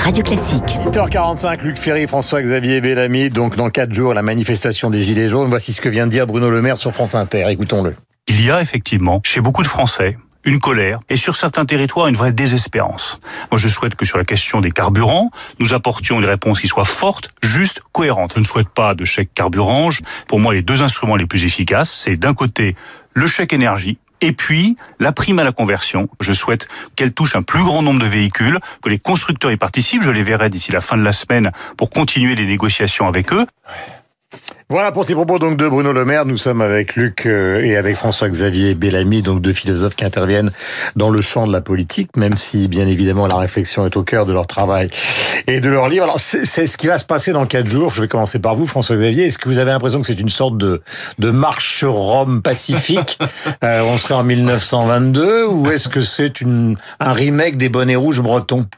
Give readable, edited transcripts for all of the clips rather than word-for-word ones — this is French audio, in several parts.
Radio Classique. 8h45, Luc Ferry, François-Xavier Bellamy. Donc, dans 4 jours, la manifestation des Gilets jaunes. Voici ce que vient de dire Bruno Le Maire sur France Inter. Écoutons-le. Il y a effectivement, chez beaucoup de Français, une colère et sur certains territoires, une vraie désespérance. Moi, je souhaite que sur la question des carburants, nous apportions une réponse qui soit forte, juste, cohérente. Je ne souhaite pas de chèque carburant. Pour moi, les deux instruments les plus efficaces, c'est d'un côté le chèque énergie, et puis, la prime à la conversion. Je souhaite qu'elle touche un plus grand nombre de véhicules, que les constructeurs y participent. Je les verrai d'ici la fin de la semaine pour continuer les négociations avec eux. Voilà pour ces propos donc de Bruno Le Maire. Nous sommes avec Luc et avec François-Xavier Bellamy, donc deux philosophes qui interviennent dans le champ de la politique, même si bien évidemment la réflexion est au cœur de leur travail et de leur livre. Alors c'est ce qui va se passer dans 4 jours. Je vais commencer par vous, François-Xavier. Est-ce que vous avez l'impression que c'est une sorte de marche sur Rome pacifique on serait en 1922, ou est-ce que c'est un remake des bonnets rouges bretons?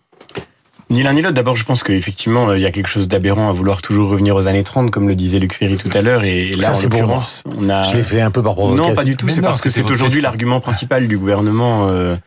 Ni l'un ni l'autre. D'abord, je pense qu'effectivement, il y a quelque chose d'aberrant à vouloir toujours revenir aux années 30, comme le disait Luc Ferry tout à l'heure. Et là, en l'occurrence, on a... Je l'ai fait un peu par provocation. Non, pas du tout. C'est parce que c'est aujourd'hui l'argument principal du gouvernement.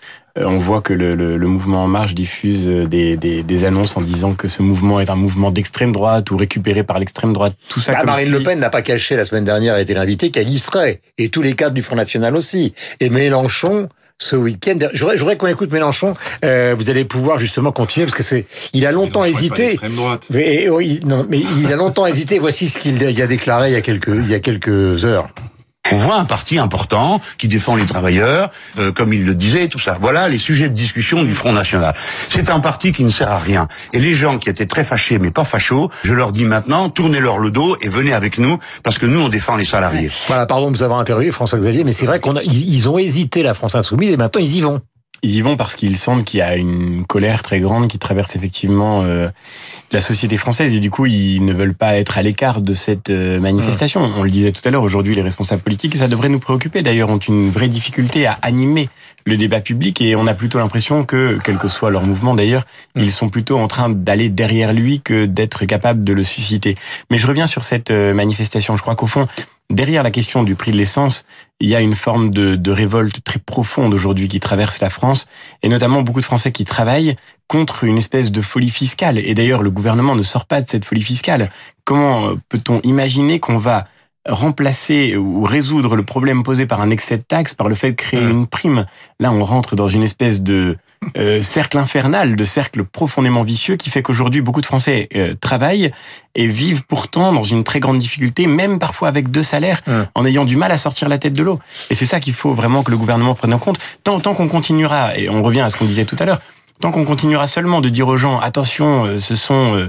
On voit que le mouvement En Marche diffuse des annonces en disant que ce mouvement est un mouvement d'extrême droite ou récupéré par l'extrême droite. Tout ça comme Marine Le Pen n'a pas caché la semaine dernière, a été l'invitée, qu'elle y serait. Et tous les cadres du Front National aussi. Et Mélenchon... ce week-end, j'aurais qu'on écoute Mélenchon. Vous allez pouvoir justement continuer parce que il a longtemps hésité. Mais il a longtemps hésité. Voici ce qu'il a déclaré il y a quelques heures. On voit un parti important qui défend les travailleurs, comme il le disait, tout ça. Voilà les sujets de discussion du Front National. C'est un parti qui ne sert à rien. Et les gens qui étaient très fâchés, mais pas fachos, je leur dis maintenant, tournez-leur le dos et venez avec nous, parce que nous, on défend les salariés. Voilà, pardon de vous avoir interviewé, François-Xavier, mais c'est vrai ils ont hésité, la France Insoumise, et maintenant ils y vont. Ils y vont parce qu'il semble qu'il y a une colère très grande qui traverse effectivement la société française, et du coup ils ne veulent pas être à l'écart de cette manifestation. On le disait tout à l'heure, aujourd'hui les responsables politiques, et ça devrait nous préoccuper d'ailleurs, ont une vraie difficulté à animer le débat public, et on a plutôt l'impression que, quel que soit leur mouvement d'ailleurs, ils sont plutôt en train d'aller derrière lui que d'être capables de le susciter. Mais je reviens sur cette manifestation. Je crois qu'au fond, derrière la question du prix de l'essence, il y a une forme de révolte très profonde aujourd'hui qui traverse la France, et notamment beaucoup de Français qui travaillent contre une espèce de folie fiscale. Et d'ailleurs, le gouvernement ne sort pas de cette folie fiscale. Comment peut-on imaginer qu'on va remplacer ou résoudre le problème posé par un excès de taxes par le fait de créer une prime? Là, on rentre dans une espèce de cercle infernal, de cercle profondément vicieux qui fait qu'aujourd'hui, beaucoup de Français travaillent et vivent pourtant dans une très grande difficulté, même parfois avec 2 salaires, en ayant du mal à sortir la tête de l'eau. Et c'est ça qu'il faut vraiment que le gouvernement prenne en compte. Tant qu'on continuera, et on revient à ce qu'on disait tout à l'heure, tant qu'on continuera seulement de dire aux gens, attention, ce sont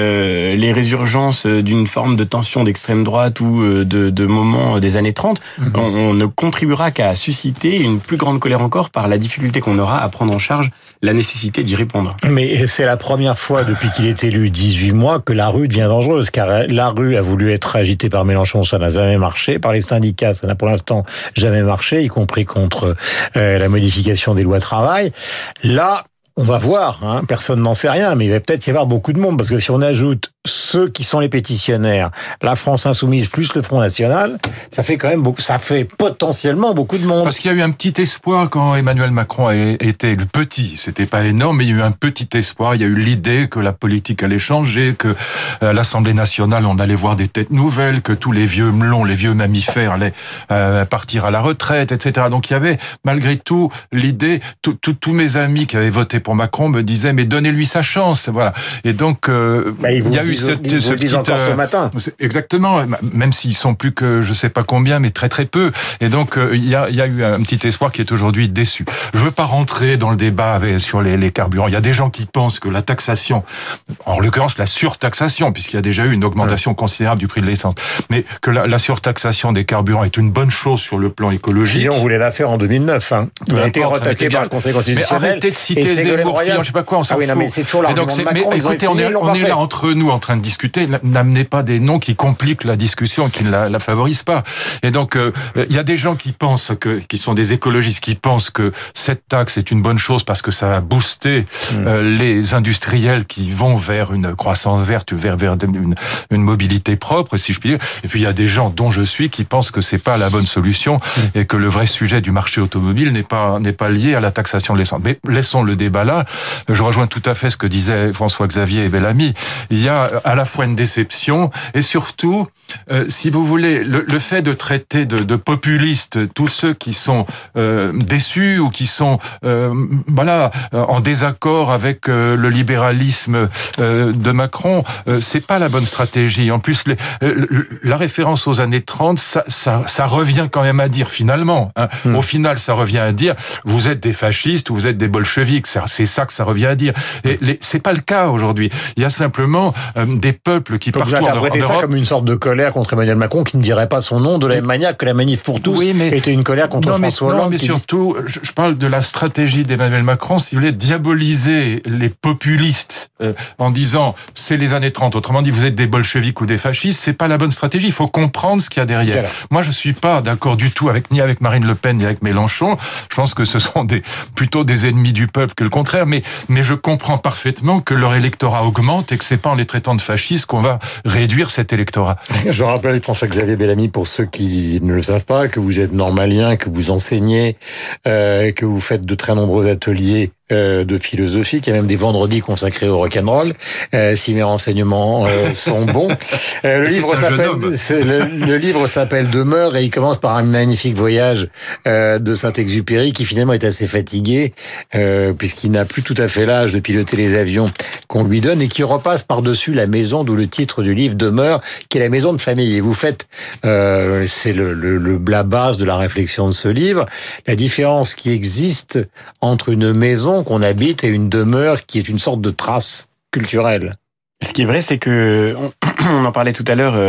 les résurgences d'une forme de tension d'extrême droite ou de moments des années 30, on ne contribuera qu'à susciter une plus grande colère encore par la difficulté qu'on aura à prendre en charge la nécessité d'y répondre. Mais c'est la première fois depuis qu'il est élu 18 mois que la rue devient dangereuse, car la rue a voulu être agitée par Mélenchon, ça n'a jamais marché, par les syndicats, ça n'a pour l'instant jamais marché, y compris contre la modification des lois travail. Là, on va voir, personne n'en sait rien, mais il va peut-être y avoir beaucoup de monde, parce que si on ajoute ceux qui sont les pétitionnaires, la France Insoumise plus le Front National, ça fait quand même ça fait potentiellement beaucoup de monde. Parce qu'il y a eu un petit espoir quand Emmanuel Macron a été le petit, c'était pas énorme, mais il y a eu un petit espoir, il y a eu l'idée que la politique allait changer, que à l'Assemblée nationale on allait voir des têtes nouvelles, que tous les vieux melons, les vieux mammifères allaient partir à la retraite, etc. Donc il y avait malgré tout l'idée, tous mes amis qui avaient voté pour Macron me disaient mais donnez-lui sa chance, voilà. Et donc il y a eu ce petit encore ce matin. Exactement, même s'ils sont plus que je sais pas combien, mais très très peu. Et donc il y a eu un petit espoir qui est aujourd'hui déçu. Je veux pas rentrer dans le débat sur les carburants. Il y a des gens qui pensent que la taxation, en l'occurrence la surtaxation, puisqu'il y a déjà eu une augmentation considérable du prix de l'essence, mais que la surtaxation des carburants est une bonne chose sur le plan écologique. Fillon voulait la faire en 2009. Il a été retaqué par le Conseil constitutionnel. Mais arrêtez de citer Zemmour, Fillon, je sais pas quoi, on s'en fout. Non, mais c'est toujours l'argument de Macron. Mais écoutez, on est là entre nous, en train de discuter, n'amenez pas des noms qui compliquent la discussion, qui ne la favorisent pas. Et donc, il y a des gens qui pensent qui sont des écologistes, qui pensent que cette taxe est une bonne chose parce que ça va booster les industriels qui vont vers une croissance verte, vers une mobilité propre, si je puis dire. Et puis il y a des gens dont je suis qui pensent que c'est pas la bonne solution et que le vrai sujet du marché automobile n'est pas lié à la taxation de l'essence. Mais laissons le débat là. Je rejoins tout à fait ce que disaient François-Xavier et Bellamy. Il y a à la fois une déception et surtout, si vous voulez, le fait de traiter de populistes tous ceux qui sont déçus ou qui sont en désaccord avec le libéralisme de Macron, c'est pas la bonne stratégie. En plus, la référence aux années 30, ça revient quand même à dire finalement. Au final, ça revient à dire vous êtes des fascistes ou vous êtes des bolcheviques. C'est ça que ça revient à dire. Et c'est pas le cas aujourd'hui. Il y a simplement des peuples qui partout en Europe. Vous interprétez ça comme une sorte de colère contre Emmanuel Macron qui ne dirait pas son nom de la même manière que la Manif pour tous était une colère contre François Hollande. Non, mais surtout, je parle de la stratégie d'Emmanuel Macron, si vous voulez, diaboliser les populistes en disant c'est les années 30. Autrement dit, vous êtes des bolcheviques ou des fascistes, c'est pas la bonne stratégie. Il faut comprendre ce qu'il y a derrière. Voilà. Moi, je suis pas d'accord du tout ni avec Marine Le Pen ni avec Mélenchon. Je pense que ce sont plutôt des ennemis du peuple que le contraire. Mais je comprends parfaitement que leur électorat augmente et que c'est pas en les traitant de fascistes qu'on va réduire cet électorat. Je rappelle, François-Xavier Bellamy, pour ceux qui ne le savent pas, que vous êtes normalien, que vous enseignez, que vous faites de très nombreux ateliers de philosophie, qu'il y a même des vendredis consacrés au rock'n'roll, si mes renseignements sont bons. Le livre s'appelle Demeure et il commence par un magnifique voyage de Saint-Exupéry qui finalement est assez fatigué puisqu'il n'a plus tout à fait l'âge de piloter les avions qu'on lui donne et qui repasse par-dessus la maison d'où le titre du livre Demeure, qui est la maison de famille. Et vous faites, c'est la base de la réflexion de ce livre, la différence qui existe entre une maison qu'on habite et une demeure qui est une sorte de trace culturelle. Ce qui est vrai, c'est que on en parlait tout à l'heure.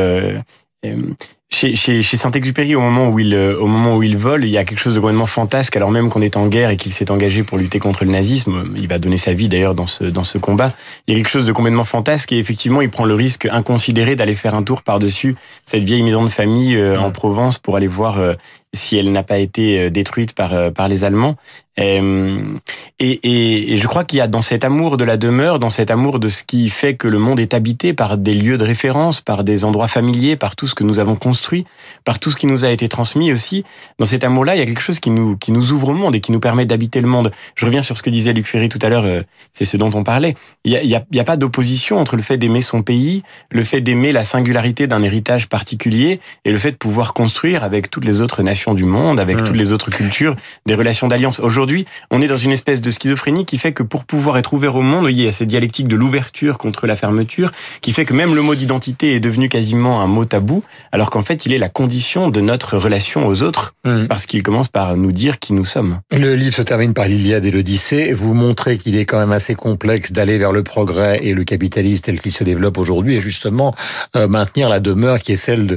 Chez Saint-Exupéry, au moment où il vole, il y a quelque chose de complètement fantasque, alors même qu'on est en guerre et qu'il s'est engagé pour lutter contre le nazisme. Il va donner sa vie d'ailleurs dans ce combat. Il y a quelque chose de complètement fantasque et effectivement, il prend le risque inconsidéré d'aller faire un tour par-dessus cette vieille maison de famille en Provence pour aller voir si elle n'a pas été détruite par les Allemands. Et je crois qu'il y a dans cet amour de la demeure, dans cet amour de ce qui fait que le monde est habité par des lieux de référence, par des endroits familiers, par tout ce que nous avons construit, par tout ce qui nous a été transmis aussi. Dans cet amour-là, il y a quelque chose qui nous ouvre au monde et qui nous permet d'habiter le monde. Je reviens sur ce que disait Luc Ferry tout à l'heure, c'est ce dont on parlait. Il y a pas d'opposition entre le fait d'aimer son pays, le fait d'aimer la singularité d'un héritage particulier et le fait de pouvoir construire avec toutes les autres nations du monde, avec toutes les autres cultures, des relations d'alliance. Aujourd'hui, on est dans une espèce de schizophrénie qui fait que pour pouvoir être ouvert au monde, il y a cette dialectique de l'ouverture contre la fermeture, qui fait que même le mot d'identité est devenu quasiment un mot tabou, alors qu'en fait, il est la condition de notre relation aux autres, parce qu'il commence par nous dire qui nous sommes. Le livre se termine par l'Iliade et l'Odyssée. Vous montrez qu'il est quand même assez complexe d'aller vers le progrès et le capitalisme tel qu'il se développe aujourd'hui, et justement maintenir la demeure qui est celle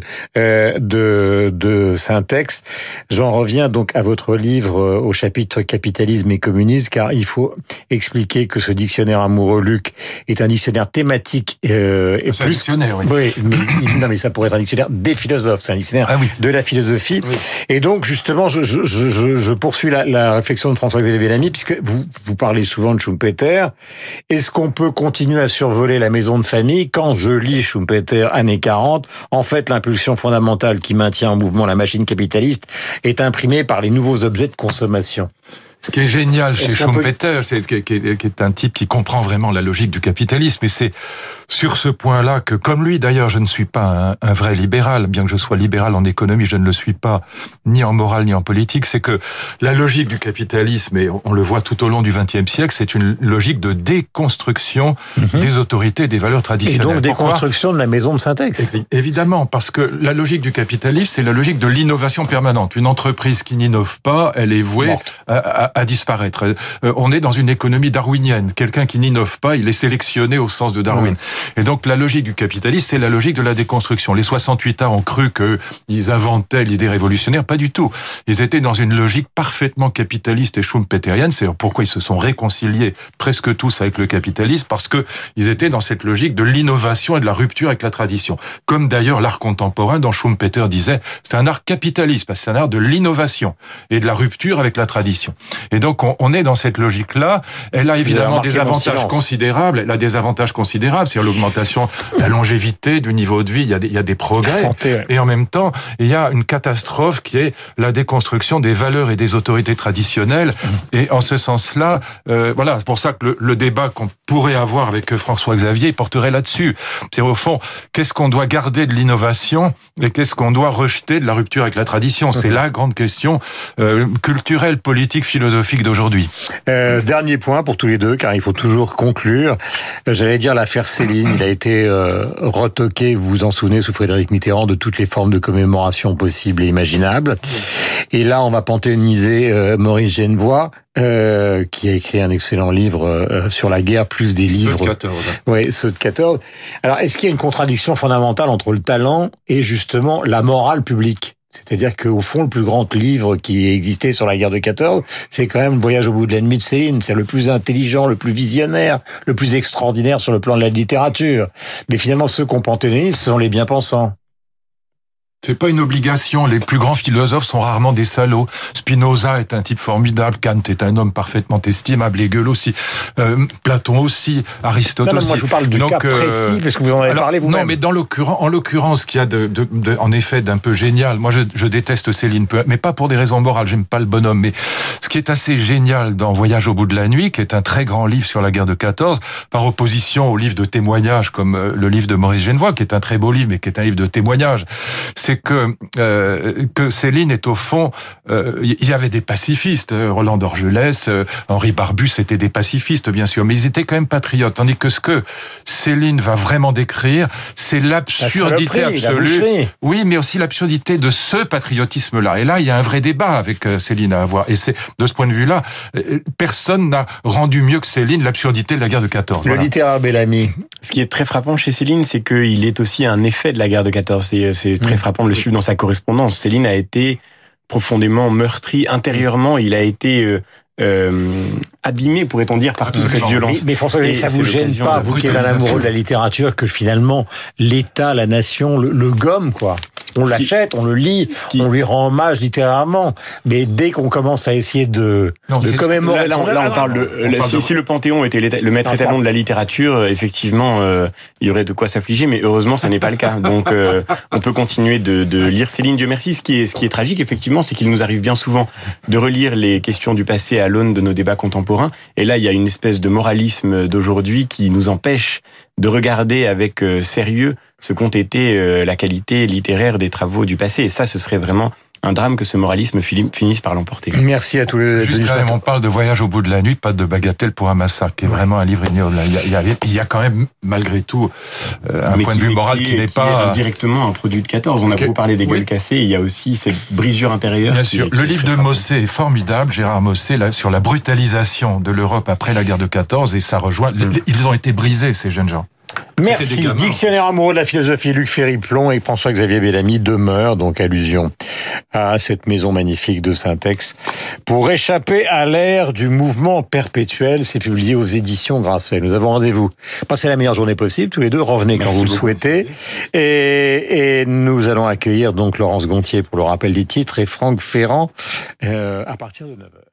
de Saint-Ex. J'en reviens donc à votre livre au chapitre Capitalisme et communisme, car il faut expliquer que ce dictionnaire amoureux, Luc, est un dictionnaire thématique et c'est un dictionnaire, oui. Oui, mais ça pourrait être un dictionnaire des philosophes, c'est un dictionnaire de la philosophie. Oui. Et donc justement, je poursuis la réflexion de François-Xavier Bellamy, puisque vous parlez souvent de Schumpeter. Est-ce qu'on peut continuer à survoler la maison de famille quand je lis Schumpeter années 40? En fait, l'impulsion fondamentale qui maintient en mouvement la machine capitaliste est imprimée par les nouveaux objets de consommation. Ce qui est génial chez Schumpeter, qui est un type qui comprend vraiment la logique du capitalisme, et c'est sur ce point-là que, comme lui d'ailleurs, je ne suis pas un vrai libéral, bien que je sois libéral en économie, je ne le suis pas ni en morale ni en politique, c'est que la logique du capitalisme, et on le voit tout au long du XXe siècle, c'est une logique de déconstruction des autorités, des valeurs traditionnelles. Et donc déconstruction de la maison de Saint-Ex. Évidemment, parce que la logique du capitalisme, c'est la logique de l'innovation permanente. Une entreprise qui n'innove pas, elle est vouée à à disparaître. On est dans une économie darwinienne. Quelqu'un qui n'innove pas, il est sélectionné au sens de Darwin. Et donc la logique du capitalisme, c'est la logique de la déconstruction. Les 68 ans ont cru qu'ils inventaient l'idée révolutionnaire. Pas du tout. Ils étaient dans une logique parfaitement capitaliste et schumpeterienne. C'est pourquoi ils se sont réconciliés presque tous avec le capitalisme, parce que ils étaient dans cette logique de l'innovation et de la rupture avec la tradition. Comme d'ailleurs l'art contemporain, dont Schumpeter disait, c'est un art capitaliste, parce que c'est un art de l'innovation et de la rupture avec la tradition. Et donc on est dans cette logique-là. Elle a évidemment des avantages considérables. Elle a des avantages considérables, c'est l'augmentation, la longévité du niveau de vie. Il y a des progrès. Santé, ouais. Et en même temps, il y a une catastrophe qui est la déconstruction des valeurs et des autorités traditionnelles. Et en ce sens-là, voilà, c'est pour ça que le débat qu'on pourrait avoir avec François-Xavier porterait là-dessus. C'est au fond, qu'est-ce qu'on doit garder de l'innovation et qu'est-ce qu'on doit rejeter de la rupture avec la tradition? C'est la grande question culturelle, politique, philosophique d'aujourd'hui. Dernier point pour tous les deux, car il faut toujours conclure. J'allais dire l'affaire Céline. Il a été retoqué, vous vous en souvenez, sous Frédéric Mitterrand, de toutes les formes de commémoration possibles et imaginables. Et là, on va panthéoniser Maurice Genevoix, qui a écrit un excellent livre sur la guerre, plus des livres. Ceux de 14. Oui, ceux de 14. Alors, est-ce qu'il y a une contradiction fondamentale entre le talent et justement la morale publique? C'est-à-dire qu'au fond, le plus grand livre qui existait sur la guerre de 14, c'est quand même Le Voyage au bout de l'ennemi de Céline. C'est le plus intelligent, le plus visionnaire, le plus extraordinaire sur le plan de la littérature. Mais finalement, ceux qu'on panthéonise, ce sont les bien-pensants. C'est pas une obligation. Les plus grands philosophes sont rarement des salauds. Spinoza est un type formidable. Kant est un homme parfaitement estimable. Hegel aussi. Platon aussi. Aristote aussi. Moi, je vous parle du cas précis, parce que vous en avez parlé vous-même. Non, mais en l'occurrence, ce qu'il y a en effet d'un peu génial. Moi, je déteste Céline, mais pas pour des raisons morales. J'aime pas le bonhomme. Mais ce qui est assez génial dans Voyage au bout de la nuit, qui est un très grand livre sur la guerre de 14, par opposition au livre de témoignages comme le livre de Maurice Genevoix, qui est un très beau livre, mais qui est un livre de témoignages, c'est que Céline est au fond, il y avait des pacifistes, Roland d'Orgelès, Henri Barbus étaient des pacifistes bien sûr, mais ils étaient quand même patriotes, tandis que ce que Céline va vraiment décrire, c'est l'absurdité absolue. Oui, mais aussi l'absurdité de ce patriotisme-là. Et là, il y a un vrai débat avec Céline à avoir. Et c'est de ce point de vue-là, personne n'a rendu mieux que Céline l'absurdité de la guerre de 14. Le littéraire Bellamy. Ce qui est très frappant chez Céline, c'est qu'il est aussi un effet de la guerre de 14. C'est très frappant de le suivre dans sa correspondance. Céline a été profondément meurtri intérieurement. Il a été abîmé, pourrait-on dire, par toute cette violence. Mais François, ça vous gêne pas, vous qui êtes un amoureux de la littérature, que finalement l'État, la nation, le gomme, quoi. On l'achète, on le lit, on lui rend hommage littéralement. Mais dès qu'on commence à essayer de commémorer... Là, on parle de... Si le Panthéon était le maître étalon de la littérature, effectivement, il y aurait de quoi s'affliger, mais heureusement, ça n'est pas le cas. Donc, on peut continuer de lire Céline, Dieu merci. Ce qui est tragique, effectivement, c'est qu'il nous arrive bien souvent de relire les questions du passé à l'aune de nos débats contemporains. Et là, il y a une espèce de moralisme d'aujourd'hui qui nous empêche de regarder avec sérieux ce qu'ont été la qualité littéraire des travaux du passé. Et ça, ce serait vraiment un drame que ce moralisme finisse par l'emporter. Merci à tous les deux. Juste quand même, on parle de Voyage au bout de la nuit, pas de Bagatelle pour un massacre, qui est vraiment un livre ignoble. Il y a quand même, malgré tout, un point de vue moral qui n'est pas... directement un produit de 14. On a beaucoup parlé des gueules cassées, il y a aussi cette brisure intérieure. Bien sûr. Le livre de Mossé est formidable, Gérard Mossé, là, sur la brutalisation de l'Europe après la guerre de 14, et ça rejoint... Ils ont été brisés, ces jeunes gens. Merci. Dictionnaire amoureux de la philosophie, Luc Ferry-Plon et François-Xavier Bellamy demeurent, donc allusion à cette maison magnifique de Saint-Ex. Pour échapper à l'ère du mouvement perpétuel, c'est publié aux éditions Grasset. Nous avons rendez-vous. Passez la meilleure journée possible, tous les deux. Revenez quand vous le souhaitez. Et nous allons accueillir donc Laurence Gontier pour le rappel des titres et Franck Ferrand à partir de 9h.